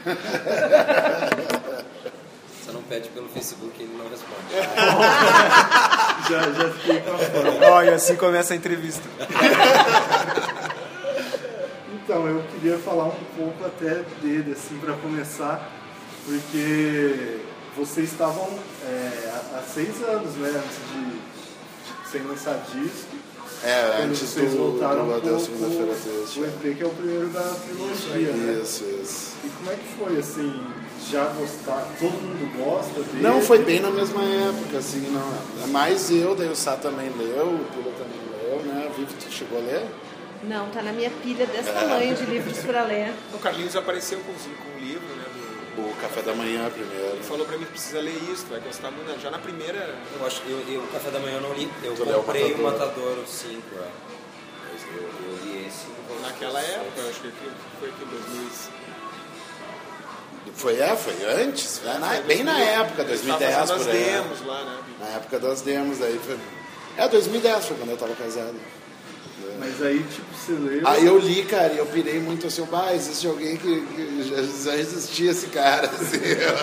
Você não pede pelo Facebook, ele não responde. já fiquei com a fome. E assim começa a entrevista. Então, eu queria falar um pouco até dele, assim, para começar, porque vocês estavam há 6 anos, né, antes de sem lançar disco. Antes vocês voltaram da Segunda-feira Triste. O EP, que é o primeiro da trilogia, né? Isso. E como é que foi, assim, já gostar? Todo mundo gosta dele? Não, foi bem na mesma época, assim, não. É mais eu, daí o Sá também leu, o Pula também leu, né? A Vivi, tu chegou a ler? Não, tá na minha pilha desse tamanho de livros para ler. O Carlinhos apareceu com um livro, né? O Café da Manhã primeiro. Ele falou pra mim que precisa ler isso, vai gostar muito. Já na primeira... Eu acho que o Café da Manhã eu não li. Eu Tu leu comprei o Matador? Matador 5. Eu li esse. Naquela época, eu acho que foi aqui em 2000. Foi antes, bem na época, 2010 por aí. As demos lá, né? Na época das demos, aí foi... 2010 foi quando eu tava casado. Mas aí, tipo, você leu... Aí eu li, cara, e eu pirei muito assim, existe alguém que já existia esse cara, assim,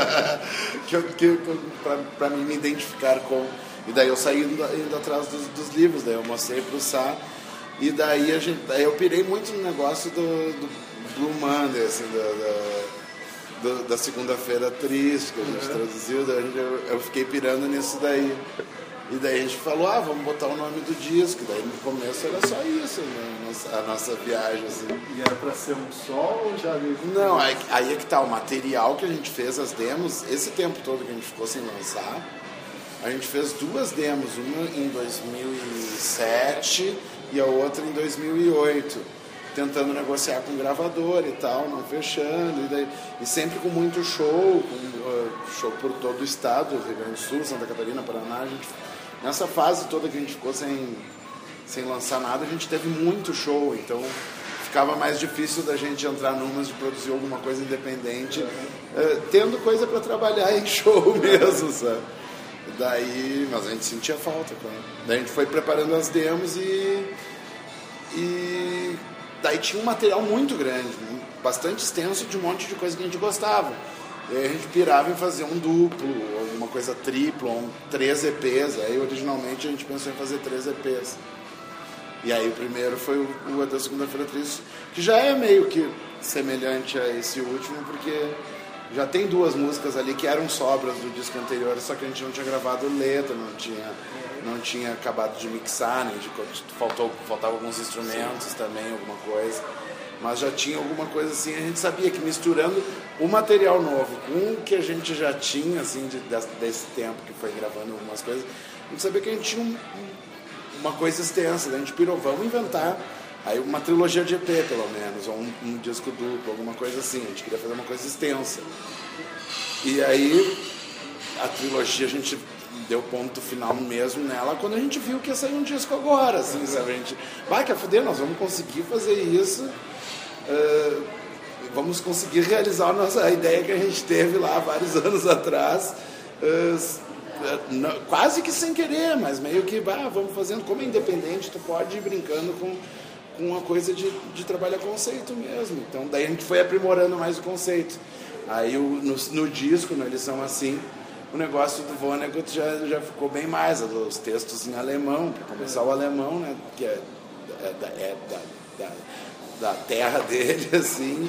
pra mim me identificar com... E daí eu saí indo atrás dos livros, daí eu mostrei pro Sá, e daí eu pirei muito no negócio do Blue Monday, assim, da Segunda-feira Triste, que a gente traduziu, daí eu fiquei pirando nisso daí. E daí a gente falou, vamos botar o nome do disco. Daí no começo era só isso, né? A nossa viagem, assim. E era pra ser um só ou já... Não, aí é que tá, o material que a gente fez, as demos, esse tempo todo que a gente ficou sem lançar, a gente fez 2 demos, uma em 2007 e a outra em 2008, tentando negociar com o gravador e tal, não fechando, e sempre com muito show, show por todo o estado, Rio Grande do Sul, Santa Catarina, Paraná. A gente, nessa fase toda que a gente ficou sem lançar nada, a gente teve muito show, então ficava mais difícil da gente entrar numas de produzir alguma coisa independente, tendo coisa para trabalhar em show mesmo, sabe? Mas a gente sentia falta, claro. Daí a gente foi preparando as demos e daí tinha um material muito grande, bastante extenso, de um monte de coisa que a gente gostava. E aí a gente pirava em fazer um duplo, alguma coisa triplo, 3 EPs. Aí originalmente a gente pensou em fazer 3 EPs. E aí o primeiro foi o da Segunda-feira Triste, que já é meio que semelhante a esse último, porque já tem 2 músicas ali que eram sobras do disco anterior, só que a gente não tinha gravado letra, não tinha acabado de mixar, nem faltavam alguns instrumentos também, alguma coisa. Mas já tinha alguma coisa assim, a gente sabia que misturando o material novo com o que a gente já tinha, assim, desse tempo que foi gravando algumas coisas, a gente sabia que a gente tinha uma coisa extensa, daí a gente pirou, vamos inventar aí uma trilogia de EP, pelo menos, ou um disco duplo, alguma coisa assim, a gente queria fazer uma coisa extensa. E aí a trilogia a gente deu ponto final mesmo nela quando a gente viu que ia sair um disco agora, assim, sabe? A gente, quer foder, nós vamos conseguir fazer isso, vamos conseguir realizar a ideia que a gente teve lá vários anos atrás, quase que sem querer, mas meio que vamos fazendo, como é independente, tu pode ir brincando com uma coisa de trabalhar conceito mesmo. Então daí a gente foi aprimorando mais o conceito. Aí no disco, na edição assim, o negócio do Vonnegut já ficou bem mais, os textos em alemão, para começar o alemão, né, que é da terra dele, assim,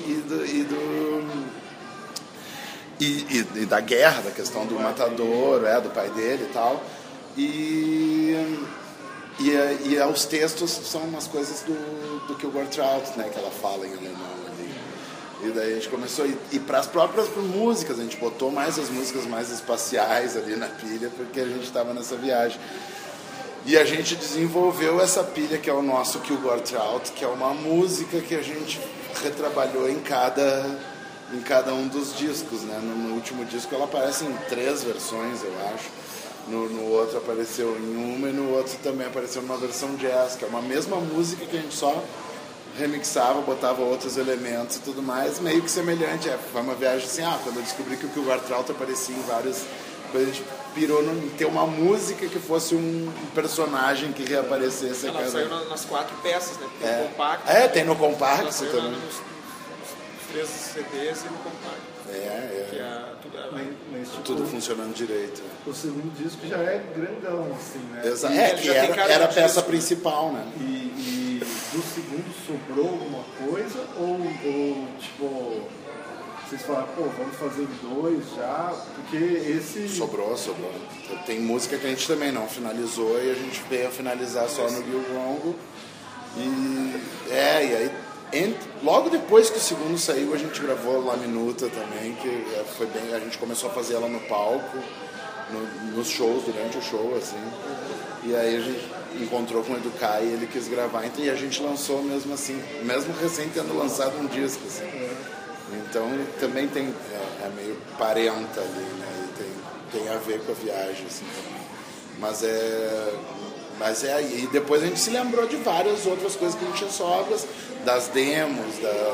e da guerra, da questão do matador, do pai dele e tal. E os textos são umas coisas do Kilgore Trout, né, que ela fala em alemão ali. E daí a gente começou e para as próprias músicas, a gente botou mais as músicas mais espaciais ali na pilha, porque a gente estava nessa viagem. E a gente desenvolveu essa pilha que é o nosso Kilgore Trout, que é uma música que a gente retrabalhou em cada um dos discos, né? No último disco ela aparece em 3 versões, eu acho. No outro apareceu em uma e no outro também apareceu numa versão jazz, que é uma mesma música que a gente só remixava, botava outros elementos e tudo mais, meio que semelhante. Foi uma viagem assim, quando eu descobri que o Kilgore Trout aparecia em várias coisas, a gente pirou em ter uma música que fosse um personagem que reaparecesse. Ela saiu nas 4 peças, né? Tem no compacto. Tem no compacto também. Nos 3 CDs e no compacto. Que Mas, tipo, Tudo funcionando direito. o segundo disco já é grandão, assim, né? Exato. ele Que já tem cara era a de peça disco. principal, né? E do segundo sobrou alguma coisa? Ou tipo, vocês falaram, pô, vamos fazer 2 já? Porque esse... Sobrou. Tem música que a gente também não finalizou e a gente veio a finalizar só no Gil Gongo. E aí, logo depois que o segundo saiu, a gente gravou La Minuta também, que foi bem, a gente começou a fazer ela no palco, nos shows, durante o show, assim. E aí a gente encontrou com o Educai e ele quis gravar, e a gente lançou mesmo assim, mesmo recém tendo lançado um disco, assim. Então também tem, é meio parenta ali, né? E tem a ver com a viagem, assim. Mas e depois a gente se lembrou de várias outras coisas que a gente tinha sobras, das demos,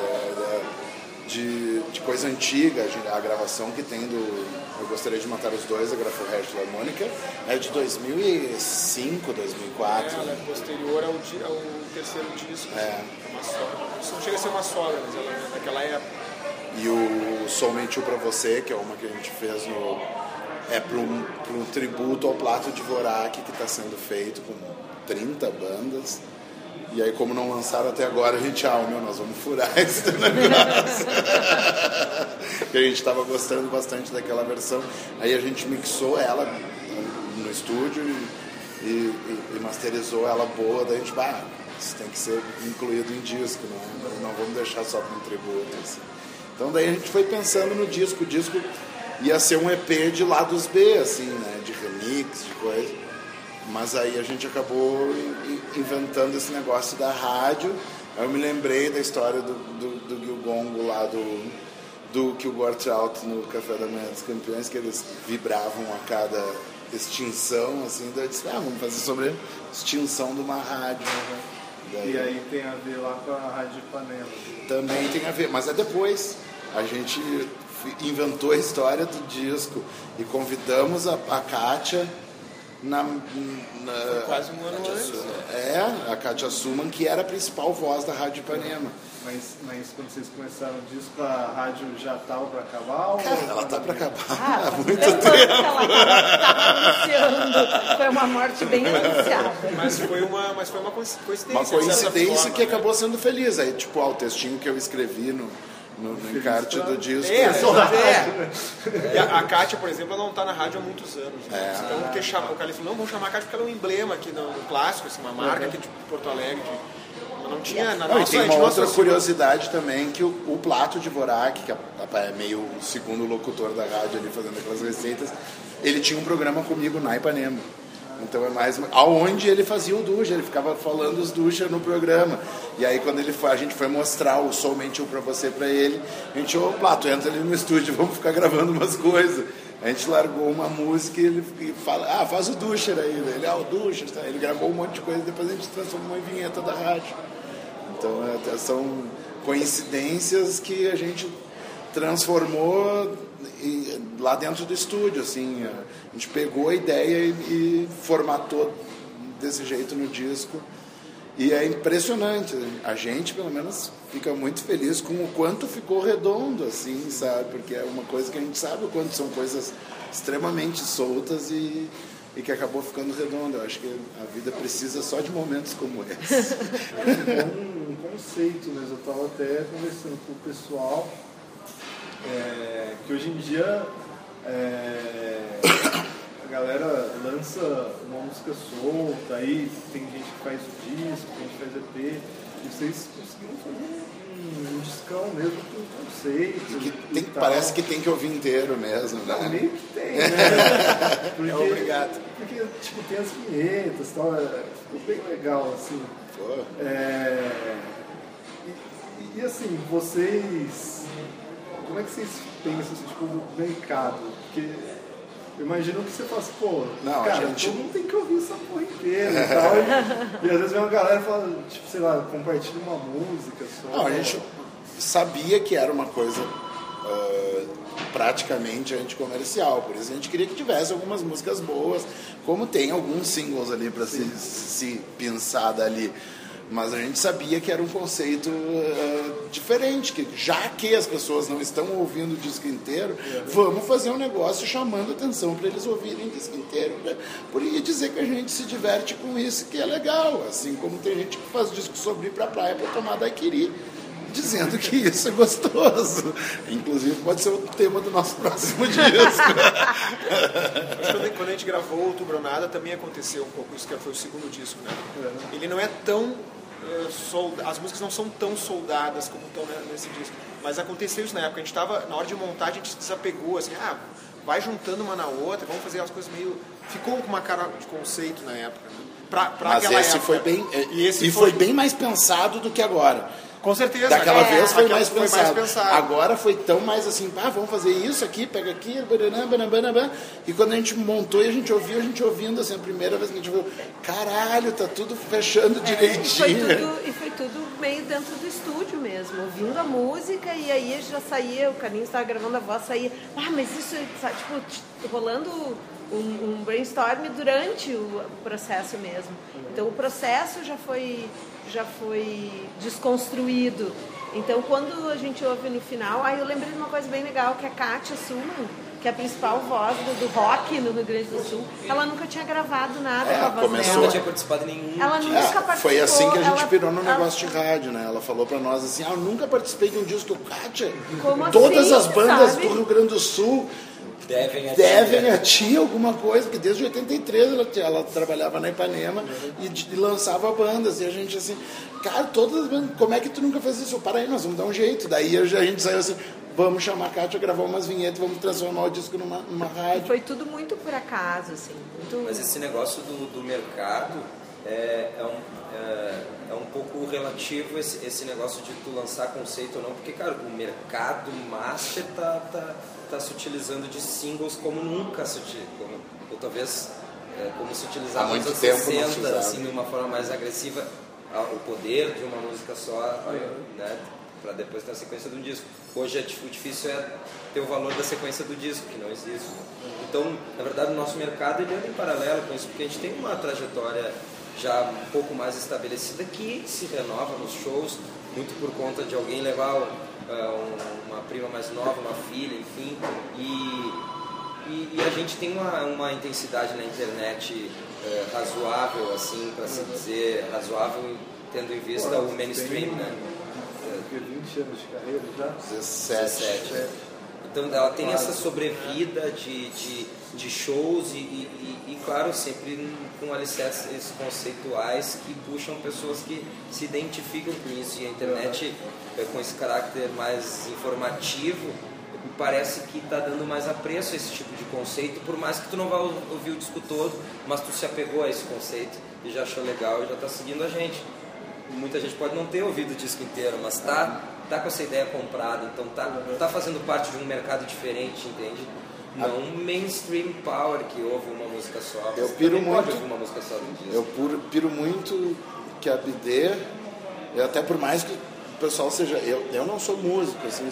de coisa antiga, a gravação que tem do Eu Gostaria de Matar os Dois, a Grafo-Red Filarmônica, é de 2005, 2004. Ela é posterior ao terceiro disco. É. Uma sogra. Isso não chega a ser uma sogra, mas ela é daquela época. E o Somente Pra Você, que é uma que a gente fez para um tributo ao Plato de Dvorak, que está sendo feito com 30 bandas. E aí, como não lançaram até agora, a gente, nós vamos furar esse negócio. Que a gente estava gostando bastante daquela versão. Aí a gente mixou ela no estúdio e masterizou ela boa. Daí a gente, isso tem que ser incluído em disco, não vamos deixar só para um tributo. Assim. Então daí a gente foi pensando no disco. O disco ia ser um EP de lados B, assim, né? De remix, de coisa. Mas aí a gente acabou inventando esse negócio da rádio. Eu me lembrei da história do Gil Gongo lá, do Kilgore Trout no Café da Manhã dos Campeões, que eles vibravam a cada extinção, assim. Daí eu disse, vamos fazer sobre a extinção de uma rádio. E aí tem a ver lá com a Rádio Ipanema. Também tem a ver, mas é depois. A gente inventou a história do disco e convidamos a Kátia Foi quase um ano antes. A Kátia Suman, que era a principal voz da Rádio Ipanema. Mas quando vocês começaram o disco, a rádio já estava para acabar? Cara, ela tá para acabar há muito tempo. Ela estava anunciando. Foi uma morte bem anunciada. Mas foi uma coincidência. Uma coincidência que acabou sendo feliz. Aí, tipo, o textinho que eu escrevi no encarte do disco. E a Kátia, por exemplo, ela não está na rádio há muitos anos. Né? Então o cara falou, não, vamos chamar a Kátia porque ela é um emblema aqui no clássico, assim, uma marca aqui de Porto Alegre. Não tinha na nossa. E tem uma outra curiosidade também, que o Plato de Dvorak, que é meio o segundo locutor da rádio ali fazendo aquelas receitas, ele tinha um programa comigo na Ipanema. Então é mais aonde ele fazia o Ducha, ele ficava falando os Ducha no programa. E aí quando a gente foi mostrar o Somente Pra Você pra ele, a gente, Plato, entra ali no estúdio, vamos ficar gravando umas coisas. A gente largou uma música e ele fala, faz o Ducha aí. Ele, o Ducha, tá? Ele gravou um monte de coisa, depois a gente transformou em vinheta da rádio. Então são coincidências que a gente transformou lá dentro do estúdio, assim. A gente pegou a ideia e formatou desse jeito no disco. E é impressionante. A gente, pelo menos, fica muito feliz com o quanto ficou redondo, assim, sabe? Porque é uma coisa que a gente sabe o quanto são coisas extremamente soltas e que acabou ficando redonda. Eu acho que a vida precisa só de momentos como esse. É um conceito mesmo. Eu estava até conversando com o pessoal que hoje em dia a galera lança uma música solta, aí tem gente que faz o disco, tem gente que faz EP, e vocês conseguiram fazer um discão mesmo com conceito. Parece que tem que ouvir inteiro mesmo, né? Meio que tem, né? Porque, obrigado. Porque, tipo, tem as vinhetas e tal, ficou bem legal, assim. E assim, vocês... Como é que vocês pensam, assim, tipo, no mercado? Porque eu imagino que você fala assim, cara, todo mundo tem que ouvir essa porra inteira e tal. E às vezes vem uma galera e fala, tipo, sei lá, compartilha uma música só. Não, a gente sabia que era uma coisa praticamente anticomercial, por isso a gente queria que tivesse algumas músicas boas, como tem alguns singles ali para se pensar dali. Mas a gente sabia que era um conceito diferente, que já que as pessoas não estão ouvindo o disco inteiro, vamos fazer um negócio chamando atenção para eles ouvirem o disco inteiro, né? Por ir dizer que a gente se diverte com isso, que é legal, assim como tem gente que faz disco sobre ir pra praia para tomar daiquiri, dizendo que isso é gostoso. Inclusive pode ser o tema do nosso próximo disco. Quando a gente gravou o Outubro ou Nada, também aconteceu um pouco isso, que foi o segundo disco, né? Ele não é tão... as músicas não são tão soldadas como estão nesse disco. Mas aconteceu isso na época. A gente estava, na hora de montar, a gente se desapegou, assim, vai juntando uma na outra, vamos fazer as coisas meio... Ficou com uma cara de conceito na época, né? Mas esse época. Foi bem... foi bem mais pensado do que agora. Com certeza. Daquela vez foi mais pensado. Agora foi tão mais assim, vamos fazer isso aqui, pega aqui, e quando a gente montou e a gente ouvindo assim, a primeira vez que a gente viu, caralho, tá tudo fechando direitinho. E foi tudo meio dentro do estúdio mesmo, ouvindo a música, e aí já saía, o Carlinhos estava gravando a voz, saía, mas isso, sabe, tipo, rolando um brainstorm durante o processo mesmo. Então o processo já foi desconstruído. Então quando a gente ouve no final, eu lembrei de uma coisa bem legal, que a Kátia Suman, que é a principal voz do rock no Rio Grande do Sul, ela nunca tinha gravado nada com a voz dela. Ela não tinha participado em nenhum. Ela nunca participou. Foi assim que a gente pirou no negócio de rádio, né? Ela falou pra nós assim, eu nunca participei de um disco. Kátia, todas as bandas do Rio Grande do Sul devem a ti alguma coisa, porque desde 83 ela trabalhava na Ipanema e lançava bandas, e a gente assim, cara, todas as bandas, como é que tu nunca fez isso? Para aí, nós vamos dar um jeito. Daí a gente saiu assim, vamos chamar a Kátia, gravar umas vinhetas, vamos transformar o disco numa rádio. E foi tudo muito por acaso, assim. Mas esse negócio do mercado é um pouco relativo, esse negócio de tu lançar conceito ou não, porque, cara, o mercado master tá se utilizando de singles como nunca se utilizou, ou talvez como se utilizava nos anos 60, assim, de uma forma mais agressiva, o poder de uma música só, né, para depois ter a sequência de um disco. Hoje o difícil é ter o valor da sequência do disco, que não existe. Então, na verdade, o nosso mercado ele anda em paralelo com isso, porque a gente tem uma trajetória já um pouco mais estabelecida que se renova nos shows, muito por conta de alguém levar uma prima mais nova, uma filha, enfim, e a gente tem uma intensidade na internet razoável, assim, para se dizer, razoável, tendo em vista o mainstream, né? 20 anos de carreira já? 17. Então ela tem essa sobrevida de shows e claro, sempre com alicerces conceituais que puxam pessoas que se identificam com isso. E a internet, com esse caráter mais informativo, parece que está dando mais apreço a esse tipo de conceito, por mais que tu não vá ouvir o disco todo, mas tu se apegou a esse conceito e já achou legal e já está seguindo a gente. Muita gente pode não ter ouvido o disco inteiro, mas tá com essa ideia comprada, então tá fazendo parte de um mercado diferente, entende? Não mainstream power que ouve uma música só. Eu piro muito. Pode ouvir uma música só do disco. Eu piro muito que a BD, até por mais que o pessoal seja... Eu não sou músico, assim,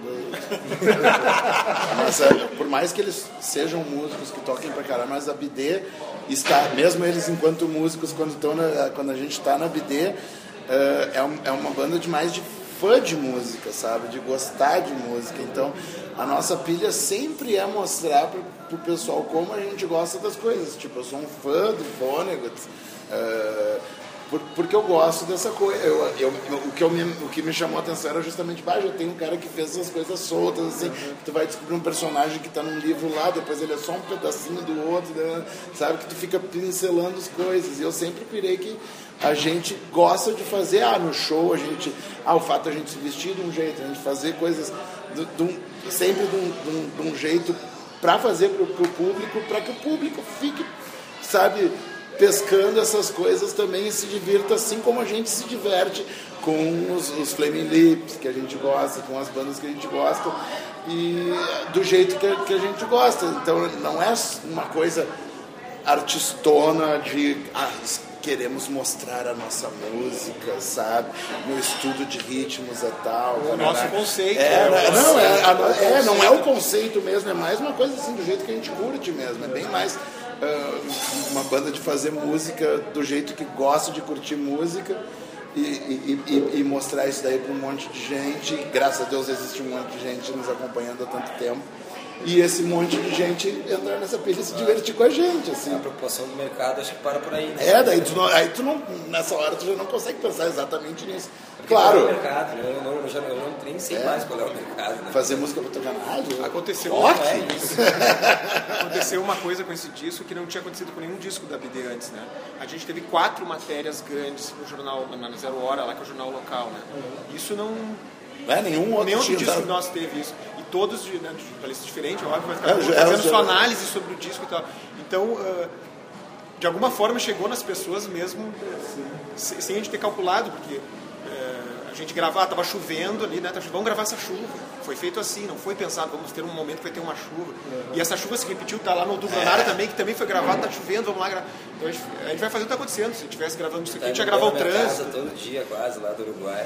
mas por mais que eles sejam músicos que toquem pra caralho, mas a BD está, mesmo eles enquanto músicos, quando a gente está na BD, é uma banda de fã de música, sabe? De gostar de música. Então, a nossa pilha sempre é mostrar pro pessoal como a gente gosta das coisas. Tipo, eu sou um fã do Vonnegut, porque eu gosto dessa coisa. O que me chamou a atenção era justamente, já tem um cara que fez essas coisas soltas, assim, que tu vai descobrir um personagem que está num livro lá, depois ele é só um pedacinho do outro, né? Sabe? Que tu fica pincelando as coisas. E eu sempre pirei que a gente gosta de fazer, no show, o fato de a gente se vestir de um jeito, a gente fazer coisas sempre de um jeito para fazer pro público, para que o público fique, sabe, pescando essas coisas também e se divirta assim como a gente se diverte com os Flaming Lips que a gente gosta, com as bandas que a gente gosta e do jeito que a gente gosta. Então não é uma coisa artistona de queremos mostrar a nossa música, sabe? No estudo de ritmos e tal. O nosso conceito. Não é o conceito mesmo, é mais uma coisa assim, do jeito que a gente curte mesmo. É bem mais uma banda de fazer música do jeito que gosta de curtir música e mostrar isso daí para um monte de gente. Graças a Deus existe um monte de gente nos acompanhando há tanto tempo. E esse monte de gente entrar nessa pilha e se divertir com a gente, assim. A preocupação do mercado acho que para por aí, né? Daí tu não, nessa hora tu já não consegue pensar exatamente nisso. Porque claro. Qual é o mercado, né? Eu não nem sei mais qual é o mercado, né? Fazer música pra tocar na rádio? Aconteceu uma coisa com esse disco que não tinha acontecido com nenhum disco da BD antes, né? A gente teve 4 matérias grandes no jornal, na Zero Hora, lá que é o jornal local, né? Isso não... Nenhum outro disco nosso teve isso. E todos de palestra diferente, óbvio, mas cada um fazendo sua análise sobre o disco e tal. Então, de alguma forma chegou nas pessoas mesmo, sem a gente ter calculado, porque a gente gravava, estava chovendo ali, né? Vamos gravar essa chuva. Foi feito assim, não foi pensado, vamos ter um momento que vai ter uma chuva. E essa chuva se repetiu, tá lá no Dublanara também, que também foi gravado, tá chovendo, vamos lá gravar. Então a gente vai fazer o que tá acontecendo. Se estivesse gravando isso aqui, a gente ia gravar o trânsito. Casa todo dia quase, lá do Uruguai.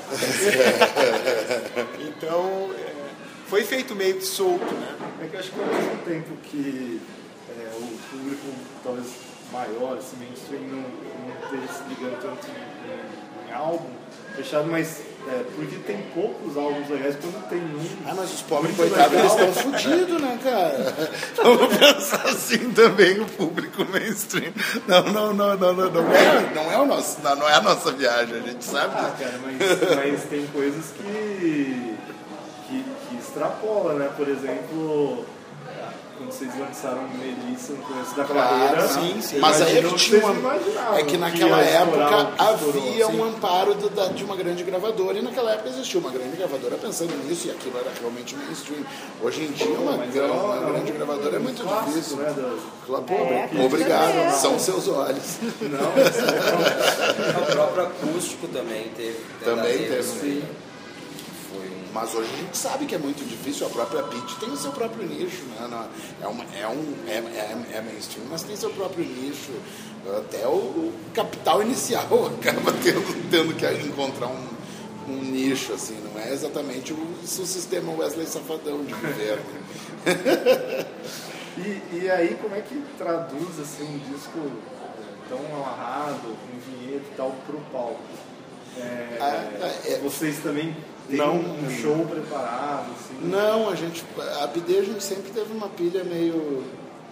Então, foi feito meio que solto, né? É que eu acho que ao mesmo tempo que o público talvez maior, assim, mainstream, não esteja se ligando tanto em álbum fechado, mas porque tem poucos álbuns legais, quando tem um... mas os pobres, coitados, eles estão fodidos, né, cara? Vamos pensar assim também, o público mainstream. Não é a nossa viagem, a gente sabe disso. Cara, mas tem coisas que extrapola, né? Por exemplo, quando vocês lançaram Melissa no começo da carreira. Sim. Mas aí que naquela época havia um amparo de uma grande gravadora, e naquela época existia uma grande gravadora pensando nisso, e aquilo era realmente mainstream. Hoje em dia uma grande gravadora é muito difícil. Né, Obrigado, são seus olhos. O próprio acústico também teve. Também teve. Sim. Mas hoje a gente sabe que é muito difícil, a própria Pitty tem o seu próprio nicho, né? É mainstream, mas tem seu próprio nicho. Até o capital inicial acaba tendo que encontrar um nicho, assim, não é exatamente o sistema Wesley Safadão de viver. Né? E aí, como é que traduz assim, um disco tão amarrado, com vinheta e tal, pro palco? Vocês também tem um show preparado? Assim? Não, a BD a gente sempre teve uma pilha meio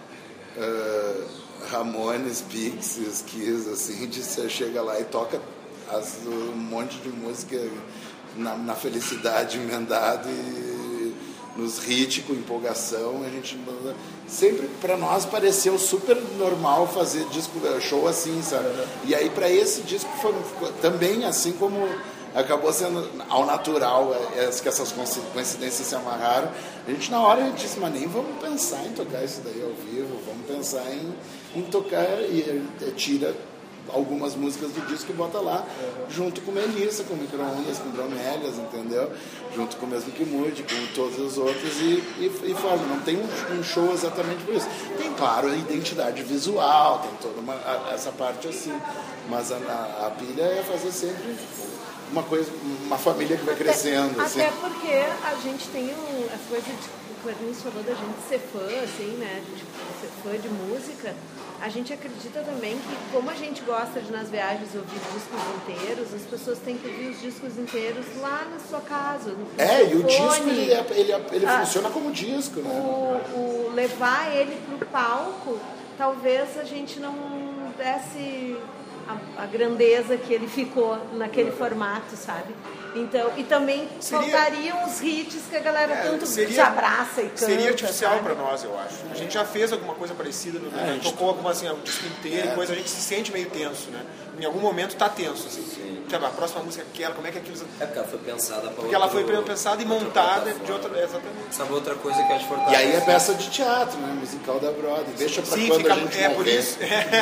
Ramones, Pixies, Kiss, assim, de você chega lá e toca um monte de música na felicidade emendado e nos hits com empolgação. A gente sempre, pra nós, pareceu super normal fazer show assim, sabe? E aí pra esse disco foi também assim como acabou sendo ao natural, que essas coincidências se amarraram. A gente na hora disse, mas nem vamos pensar em tocar isso daí ao vivo, vamos pensar em tocar, e tira algumas músicas do disco e bota lá, junto com Melissa, com Micro-ondas, com Bromélias, entendeu? Junto com o Mesmo Que Mude, com todos os outros, e faz. Não tem um show exatamente por isso. Tem, claro, a identidade visual, tem toda essa parte assim, mas a pilha é fazer sempre uma família que vai crescendo. Até assim. porque a gente tem a coisa o Carlinhos falou da gente ser fã, assim, né? A gente ser fã de música. A gente acredita também que, como a gente gosta de, nas viagens, ouvir discos inteiros, as pessoas têm que ouvir os discos inteiros lá na sua casa, no e o disco, ele funciona como disco, né? O levar ele pro palco, talvez a gente não desse a grandeza que ele ficou naquele formato, sabe? Então, e também faltariam os hits que a galera tanto se abraça e canta. Seria artificial para nós, eu acho. A gente já fez alguma coisa parecida, tocou alguma assim, um disco inteiro e coisa, a gente se sente meio tenso, né? Em algum momento tá tenso, assim. A próxima música é aquela, como é que aquilo... porque ela foi pensada para Porque ela foi pensada e montada de outra... Exatamente. Sabe outra coisa que eu acho fortaleza? E aí é peça de teatro, né? Musical da Broadway. Deixa pra quando a gente morrer. Por isso.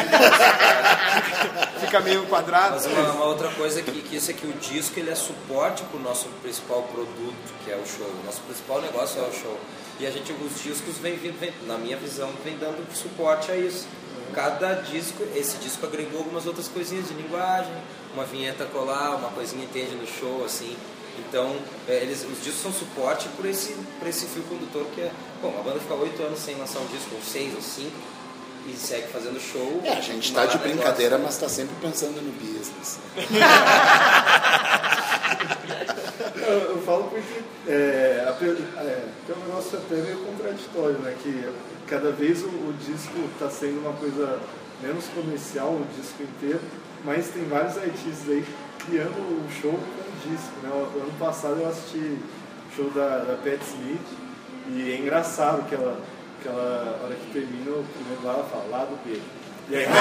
Fica meio quadrado. Mas uma outra coisa que isso é que o disco ele é suporte para o nosso principal produto, que é o show. O nosso principal negócio é o show. E a gente, os discos na minha visão, vem dando suporte a isso. Cada disco, esse disco agregou algumas outras coisinhas de linguagem, uma vinheta colar, uma coisinha entende no show, assim. Então, os discos são suporte por esse fio condutor que é... Bom, a banda fica 8 anos sem lançar um disco, ou 6 ou 5, e segue fazendo show. A gente está de brincadeira, mas está sempre pensando no business. Eu falo porque tem um negócio até meio contraditório, né? Que cada vez o disco está sendo uma coisa menos comercial, o disco inteiro, mas tem vários artistas aí criando um show com disco, né? Ano passado eu assisti o show da Pat Smith e é engraçado que ela hora que termina, o primeiro lá ela fala, lá do B. E aí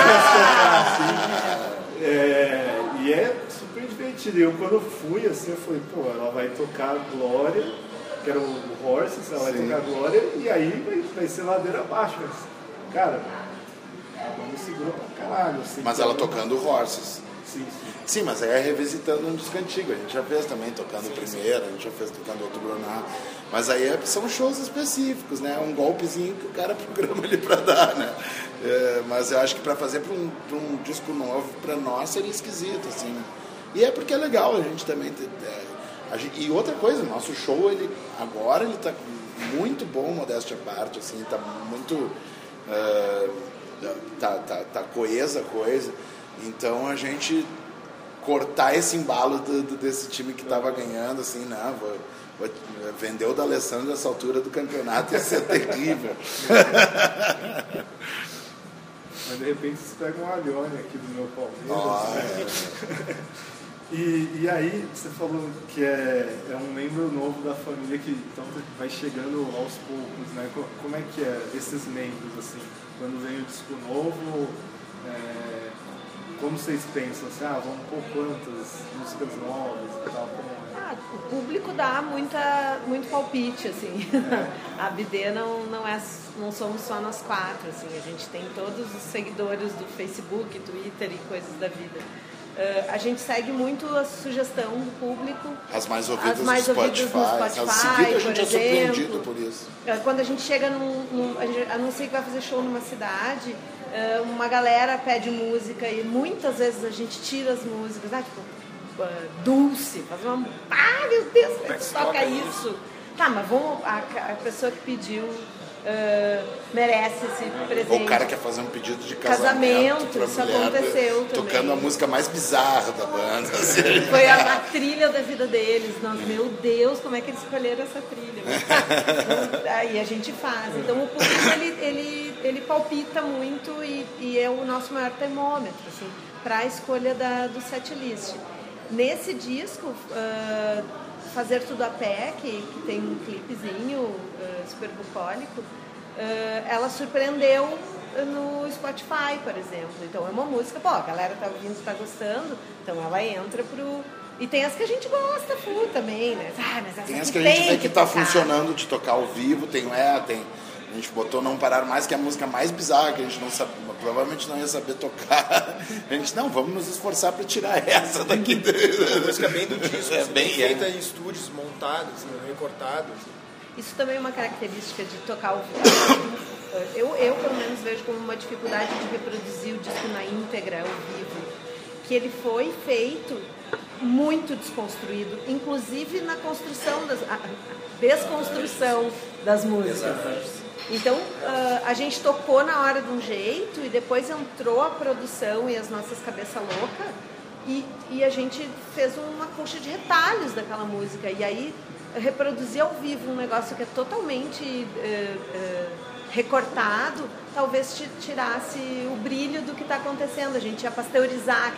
e é super divertido. E eu quando eu fui, assim, eu falei, pô, ela vai tocar Glória, que era o Horses, ela vai tocar Glória, e aí vai ser ladeira abaixo. Mas, cara, ela me segurou pra caralho. Assim, mas ela tocando Horses. Sim. Sim, mas aí é revisitando um disco antigo. A gente já fez também tocando o primeiro, a gente já fez tocando outro Bruná. Mas aí são shows específicos, né? Um golpezinho que o cara programa ali pra dar, né? Mas eu acho que pra fazer pra um disco novo, pra nós, seria esquisito, assim, né? E é porque é legal a gente também... E outra coisa, o nosso show, agora ele tá muito bom, modéstia à parte, assim, tá muito... tá coesa a coisa. Então a gente cortar esse embalo desse time que estava ganhando, assim, não, vender o D'Alessandro nessa altura do campeonato ia ser terrível. Mas de repente você pega um Alhone aqui do meu Palmeiras. E aí você falou que é um membro novo da família que então vai chegando aos poucos, né? Como é que é esses membros, assim, quando vem o disco novo? Como vocês pensam assim, vamos pôr quantas músicas novas e tal? Como é? O público dá muito palpite, assim. A BD não somos só nós quatro, assim. A gente tem todos os seguidores do Facebook, Twitter e coisas da vida. A gente segue muito a sugestão do público. As mais ouvidas no Spotify. As seguidas a gente é surpreendido por isso. Quando a gente chega a gente anuncia que vai fazer show numa cidade, uma galera pede música e muitas vezes a gente tira as músicas, tipo Dulce, faz uma... meu Deus, toca isso. Tá, mas a pessoa que pediu merece esse presente. Ou o cara quer fazer um pedido de casamento isso aconteceu também. Tocando a música mais bizarra da banda. Assim. Foi a trilha da vida deles. Meu Deus, como é que eles escolheram essa trilha? Aí a gente faz. Então o público ele palpita muito e é o nosso maior termômetro, assim, para a escolha do setlist. Nesse disco, Fazer Tudo a Pé, que tem um clipezinho super bucólico, ela surpreendeu no Spotify, por exemplo. Então é uma música, a galera tá ouvindo, está gostando, então ela entra pro... E tem as que a gente gosta também, né? Mas essa tem as que a gente vê que tá funcionando de tocar ao vivo, tem... A gente botou Não Parar Mais, que é a música mais bizarra, que a gente não sabe, provavelmente não ia saber tocar. A gente, vamos nos esforçar para tirar essa daqui. A música bem do disco, bem feita em estúdios montados, recortados. Isso também é uma característica de tocar ao vivo. Eu, pelo menos, vejo como uma dificuldade de reproduzir o disco na íntegra, ao vivo. Que ele foi feito muito desconstruído, inclusive na construção desconstrução das músicas. Exatamente. Então, a gente tocou na hora de um jeito e depois entrou a produção e as nossas cabeças loucas e a gente fez uma coxa de retalhos daquela música. E aí, reproduzir ao vivo um negócio que é totalmente recortado, talvez tirasse o brilho do que está acontecendo. A gente ia pasteurizar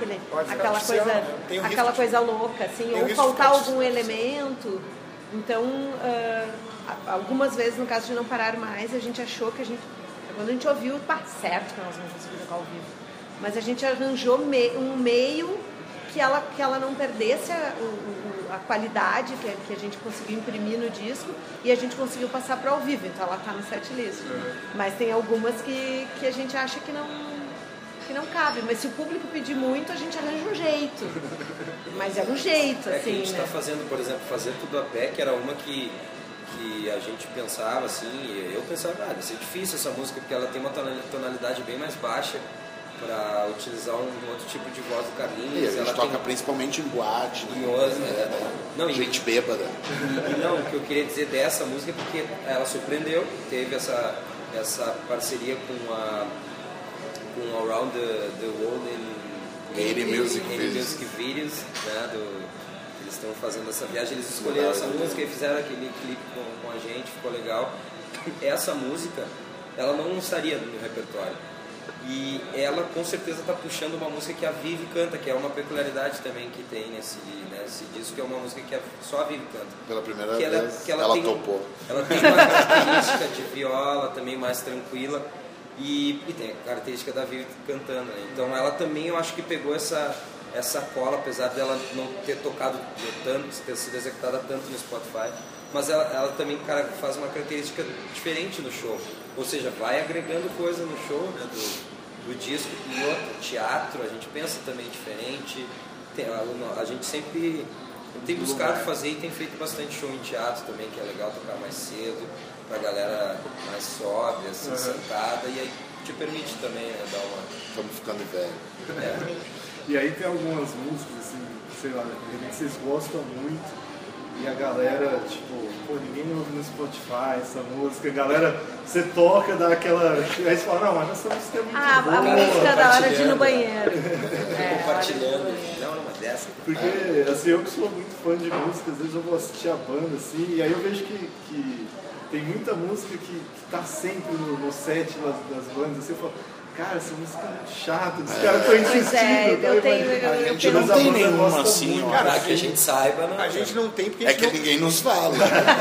aquela coisa louca, assim, ou faltar algum elemento. Então, algumas vezes, no caso de Não Parar Mais, a gente achou que quando a gente ouviu, certo que nós não conseguimos tocar ao vivo, mas a gente arranjou um meio que ela não perdesse a qualidade que a gente conseguiu imprimir no disco e a gente conseguiu passar para ao vivo, então ela está no setlist. Mas tem algumas que a gente acha que não cabe, mas se o público pedir muito, a gente arranja um jeito. Mas é um jeito, assim, que a gente está né? fazendo, por exemplo, Fazer Tudo a Pé, que era uma que a gente pensava, assim, eu pensava, vai ser difícil essa música, porque ela tem uma tonalidade bem mais baixa para utilizar um outro tipo de voz do Carlinhos. E a gente ela toca tem... principalmente em boate, gente bêbada. O que eu queria dizer dessa música é porque ela surpreendeu, teve essa parceria com com Around the World in 80 Music Videos, né, eles estão fazendo essa viagem, eles escolheram essa música e fizeram aquele clipe com a gente, ficou legal. Essa música, ela não estaria no repertório. E ela com certeza está puxando uma música que a Vivi canta, que é uma peculiaridade também que tem nesse disco, que é uma música que só a Vivi canta. Pela primeira que vez, ela topou. Ela tem uma característica de viola também mais tranquila e tem a característica da Vivi cantando, né? Então ela também, eu acho que pegou essa cola, apesar dela não ter tocado tanto, ter sido executada tanto no Spotify, mas ela também, cara, faz uma característica diferente no show, ou seja, vai agregando coisa no show, né, do disco e outro, teatro, a gente pensa também diferente, a gente sempre tem buscado fazer e tem feito bastante show em teatro também, que é legal tocar mais cedo, pra galera mais sóbria, assim, sentada, e aí te permite também, né, dar uma... Estamos ficando velho. E aí tem algumas músicas, assim, sei lá, que vocês gostam muito e a galera, tipo, pô, ninguém ouve no Spotify essa música, a galera, você toca, dá aquela... Aí você fala, não, mas essa música é muito boa. A música da hora de ir no banheiro. Compartilhando, não, uma dessa. Porque, assim, eu que sou muito fã de música, às vezes eu vou assistir a banda, assim, e aí eu vejo que tem muita música que tá sempre no set das bandas, assim, eu falo, cara, essa música é muito chata, os caras estão insistindo. A gente não tem nenhuma assim, cara, que a gente saiba, não. A gente não tem porque é que ninguém nos fala.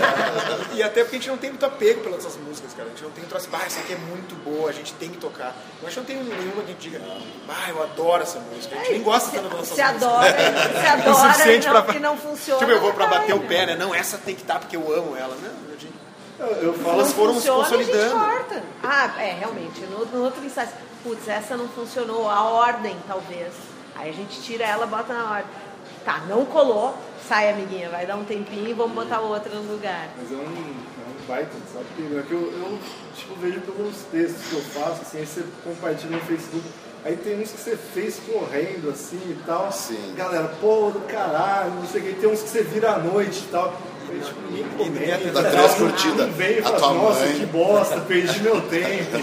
E até porque a gente não tem muito apego pelas nossas músicas, cara. A gente não tem troço, essa aqui é muito boa, a gente tem que tocar. Mas não tem nenhuma que diga, eu adoro essa música. A gente nem gosta tanto das nossas músicas. Se adora e não funciona. Tipo, eu vou pra bater o pé, né? Não, essa tem que estar porque eu amo ela, né? Eu falo, elas foram se consolidando. A gente corta. Realmente. No outro ensaio, putz, essa não funcionou, a ordem talvez. Aí a gente tira ela, bota na ordem. Tá, não colou, sai, amiguinha, vai dar um tempinho e vamos botar outra no lugar. Mas é um baita, sabe? Porque eu tipo, vejo pelos textos que eu faço, assim, aí você compartilha no Facebook. Aí tem uns que você fez correndo, assim, e tal. Sim. Galera, pô, do caralho, não sei o que. Tem uns que você vira à noite e tal. Aí, tipo, ninguém comenta. Dá 3 curtidas. Não veio e A fala, tua nossa, mãe. que bosta, perdi meu tempo.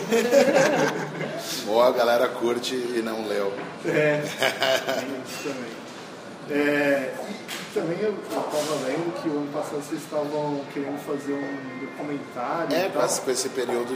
Ou a galera curte e não leu. Tem isso também. E também eu estava lendo que o ano passado vocês estavam querendo fazer um documentário. Com esse período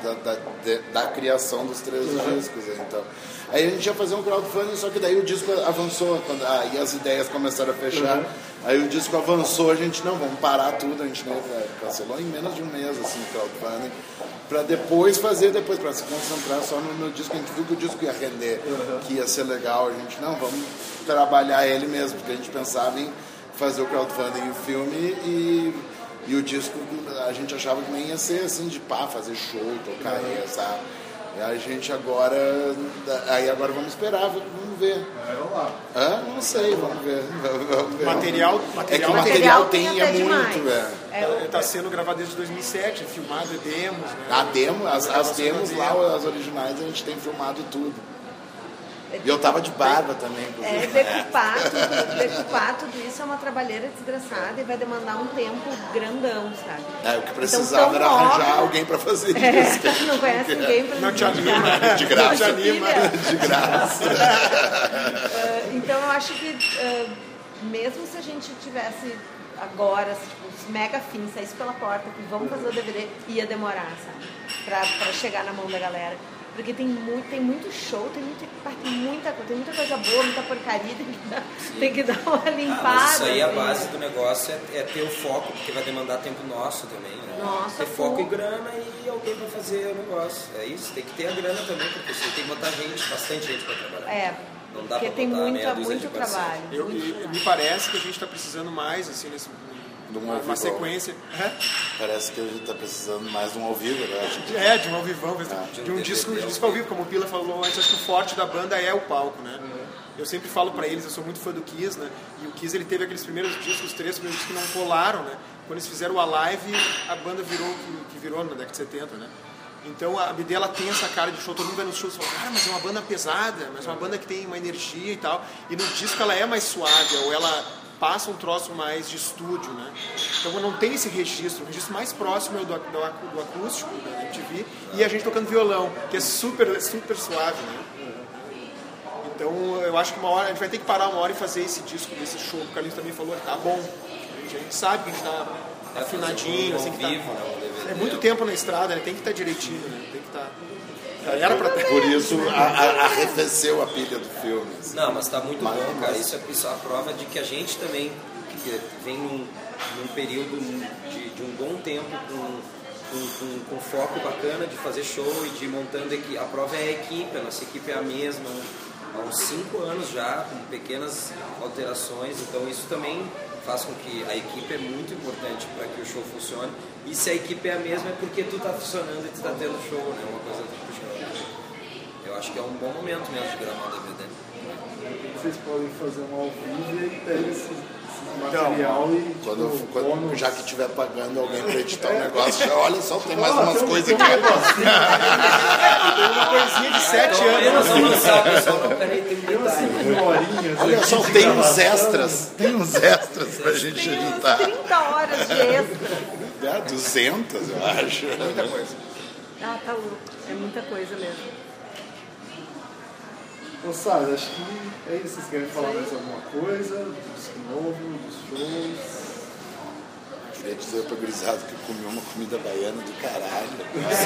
da criação dos 3 discos. Então. Aí a gente ia fazer um crowdfunding, só que daí o disco avançou, aí as ideias começaram a fechar. Aí o disco avançou, a gente, não, vamos parar tudo, a gente cancelou em menos de um mês, assim, o crowdfunding, para depois para se concentrar só no disco. A gente viu que o disco ia render, que ia ser legal, a gente, não, vamos trabalhar ele mesmo, porque a gente pensava em fazer o crowdfunding e o filme, e o disco a gente achava que nem ia ser assim, de fazer show, tocar, sabe? E a gente agora vamos esperar, vamos ver. Não sei, vamos ver. Material é que o material tem é muito, Está sendo gravado desde 2007, filmado demos, né? As demos lá, as originais, a gente tem filmado tudo. E eu tava de barba também. Decupar tudo isso é uma trabalheira desgraçada e vai demandar um tempo grandão, sabe? O que precisava era arranjar alguém pra fazer isso. Não conhece ninguém pra não te anima. De graça. Não te anima. De graça. Então eu acho que mesmo se a gente tivesse agora, tipo, mega fim, saísse pela porta, que vamos fazer o DVD, ia demorar, sabe? Pra chegar na mão da galera. Porque tem muito show, tem muita coisa boa, muita porcaria, tem que dar uma limpada. Mas isso aí, a base do negócio é ter o foco, porque vai demandar tempo nosso também, né? Nossa, ter foco e grana e alguém pra fazer o negócio. É isso, tem que ter a grana também, porque você tem que botar bastante gente pra trabalhar. Não dá porque pra tem botar muito trabalho. Me parece que a gente está precisando mais, assim, uma sequência. Parece que a gente está precisando mais de um ao vivo, eu acho. De um ao vivão, de um disco ao vivo, como o Pila falou antes. Acho que o forte da banda é o palco, né? Eu sempre falo pra eles, eu sou muito fã do Kiss, né? E o Kiss, ele teve aqueles primeiros discos, os 3 primeiros discos que não colaram, né? Quando eles fizeram o Alive, a banda virou que virou na década de 70, né? Então a BD, ela tem essa cara de show, todo mundo vai nos shows e fala, cara, mas é uma banda pesada, mas é uma banda que tem uma energia e tal. E no disco ela é mais suave, ou ela passa um troço mais de estúdio, né? Então não tem esse registro. O registro mais próximo é o do acústico, da MTV, e a gente tocando violão, que é super suave, né? Então eu acho que uma hora a gente vai ter que parar uma hora e fazer esse disco, desse show. O Carlinhos também falou, tá bom. A gente sabe que a gente tá afinadinho, assim, que tá... É muito tempo na estrada, né? Tem que estar direitinho, né? Tem que estar... Era pra ter. Por isso arrefeceu a pilha do filme. Assim. Não, mas tá muito bom, cara. Isso é a prova de que a gente também que vem num período de um bom tempo com foco bacana de fazer show e de montando equipe. A prova é a equipe, a nossa equipe é a mesma há uns 5 anos já, com pequenas alterações. Então isso também faz com que a equipe é muito importante para que o show funcione. E se a equipe é a mesma é porque tu tá funcionando e tu tá tendo show, né? Uma coisa tá puxando. Eu acho que é um bom momento mesmo de gravar um DVD. Vocês podem fazer um ao vivo e pega esse material e quando já que estiver pagando alguém para editar o negócio, já, olha só, tem mais umas coisas aqui. Tem uma coisinha de 7 anos. Olha só, tem uns extras pra gente editar. Tem 30 horas de extra. 200, eu acho. Muita coisa. Ah, tá louco. É muita coisa mesmo. Ô, Sara, acho que é isso. Vocês querem falar mais alguma coisa? Do disco novo, dos shows? Queria dizer pra gurizada que eu comi uma comida baiana do caralho.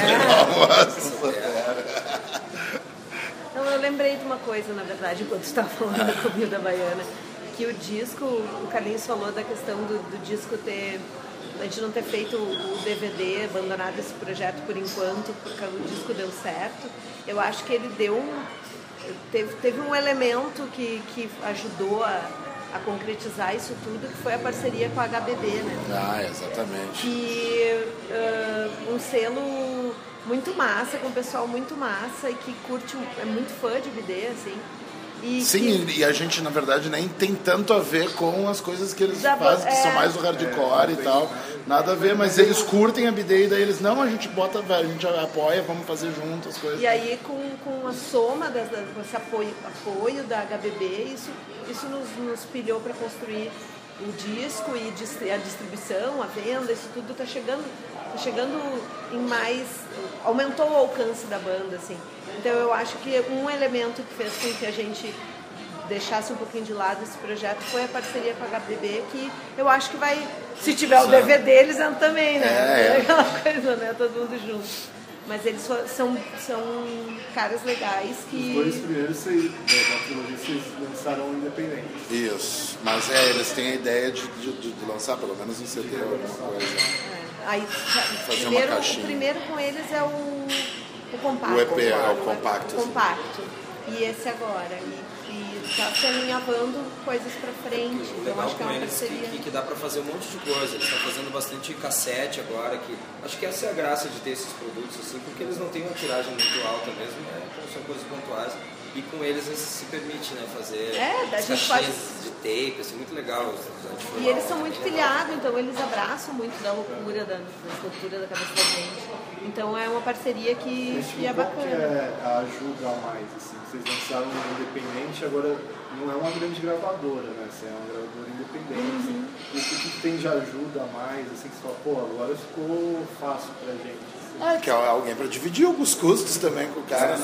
Então, eu lembrei de uma coisa, na verdade, enquanto você estava falando da comida baiana, que o disco, o Carlinhos falou da questão do disco ter... A gente não ter feito o DVD, abandonado esse projeto por enquanto, porque o disco deu certo. Eu acho que ele deu teve um elemento que ajudou a concretizar isso tudo, que foi a parceria com a HBB, né? Ah, exatamente. E um selo muito massa, com um pessoal muito massa e que curte, é muito fã de BD, assim. Sim, e a gente, na verdade, nem tem tanto a ver com as coisas que eles fazem, que são mais o hardcore e tal. Nada a ver, mas eles curtem a BD e daí eles, não, a gente bota, a gente apoia, vamos fazer junto as coisas. E aí, com a soma com esse apoio da HBB, isso nos pilhou para construir o disco e a distribuição, a venda, isso tudo tá chegando em mais... Aumentou o alcance da banda, assim. Então eu acho que um elemento que fez com que a gente deixasse um pouquinho de lado esse projeto foi a parceria com a HBB, que eu acho que vai... Se tiver o DVD, eles entram também, né? Aquela coisa, né? Todo mundo junto. Mas eles são caras legais que... Os dois primeiros da trilogia vocês lançaram independente. Isso, mas eles têm a ideia de lançar pelo menos um CD ou alguma coisa. Aí, o primeiro com eles é o compacto. O EP é o compacto. O compacto. E esse agora. E tá se alinhavando coisas pra frente. Então acho que é uma parceria. Que dá pra fazer um monte de coisa. Eles estão fazendo bastante cassete agora. Acho que essa é a graça de ter esses produtos, assim, porque eles não têm uma tiragem muito alta mesmo, né? Então são coisas pontuais. E com eles se permite, né, fazer caixinhas de tape, assim, muito legal. E eles são muito pilhados, então eles abraçam muito da loucura, da cultura da cabeça da gente. Então é uma parceria que é bacana. Que é a Ajuda mais, assim, vocês lançaram independente, agora não é uma grande gravadora, né? Você é uma gravadora independente. Assim. O que tem de ajuda mais, assim, que você fala, pô, agora ficou fácil pra gente. Que é alguém para dividir alguns custos também com o cara.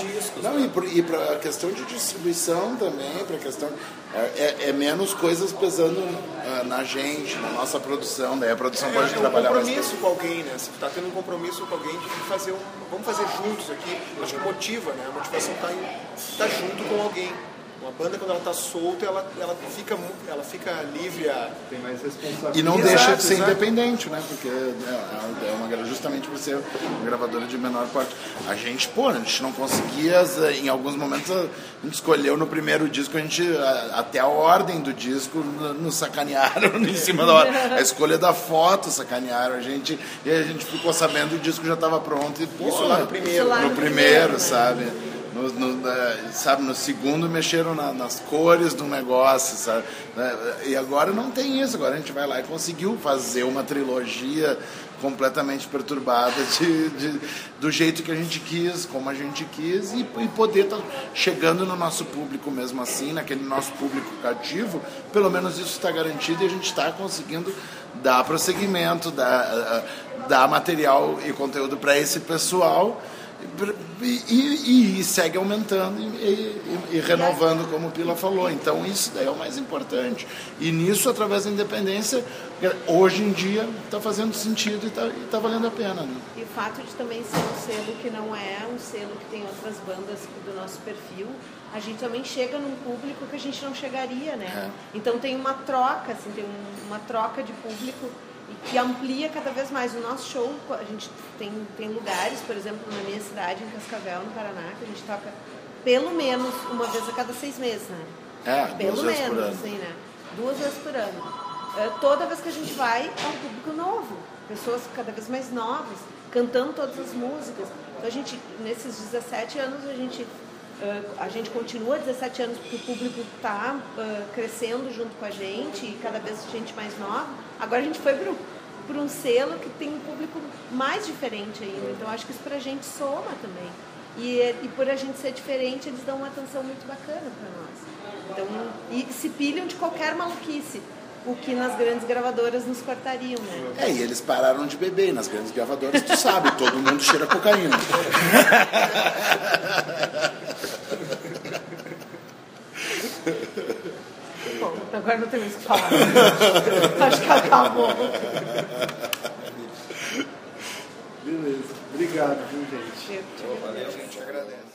E para a questão de distribuição também, para a questão é menos coisas pesando na gente, na nossa produção, daí a produção pode trabalhar mais. Um compromisso com alguém, né? Você está tendo um compromisso com alguém de fazer vamos fazer juntos aqui. Acho que motiva, né? A motivação está junto com alguém. Uma banda, quando ela está solta, ela fica livre tem mais responsabilidade. E não deixa de ser independente, né? Porque é justamente por ser uma gravadora de menor porte. A gente não conseguia, em alguns momentos, a gente escolheu no primeiro disco, até a ordem do disco nos sacanearam em cima da hora. A escolha da foto sacanearam a gente, e a gente ficou sabendo que o disco já estava pronto. E, isso lá no primeiro. No primeiro, sabe? No segundo mexeram nas cores do negócio, sabe? E agora não tem isso, agora a gente vai lá e conseguiu fazer uma trilogia completamente perturbada do jeito que a gente quis, como a gente quis, e poder estar chegando no nosso público mesmo assim, naquele nosso público cativo. Pelo menos isso está garantido e a gente está conseguindo dar prosseguimento, dar material e conteúdo para esse pessoal. E segue aumentando e renovando, como o Pila falou. Então isso daí é o mais importante, e nisso, através da independência, hoje em dia está fazendo sentido e está valendo a pena, né? E o fato de também ser um selo que não é um selo que tem outras bandas do nosso perfil, a gente também chega num público que a gente não chegaria, né? Então tem uma troca, assim, tem uma troca de público que amplia cada vez mais o nosso show. A gente tem lugares, por exemplo, na minha cidade, em Cascavel, no Paraná, que a gente toca pelo menos uma vez a cada 6 meses, né? Pelo menos, assim, né? 2 vezes por ano. Toda vez que a gente vai, é um público novo, pessoas cada vez mais novas, cantando todas as músicas. Então a gente, nesses 17 anos, a gente continua 17 anos porque o público está crescendo junto com a gente e cada vez gente mais nova. Agora a gente foi para um selo que tem um público mais diferente ainda. Então acho que isso para a gente soma também. E por a gente ser diferente, eles dão uma atenção muito bacana para nós. Então, e se pilham de qualquer maluquice, o que nas grandes gravadoras nos cortariam, né? E eles pararam de beber. E nas grandes gravadoras, tu sabe, todo mundo cheira cocaína. Bom, agora não temos o que falar. Acho que acabou. Beleza. Obrigado, viu, gente? Valeu, A gente agradece.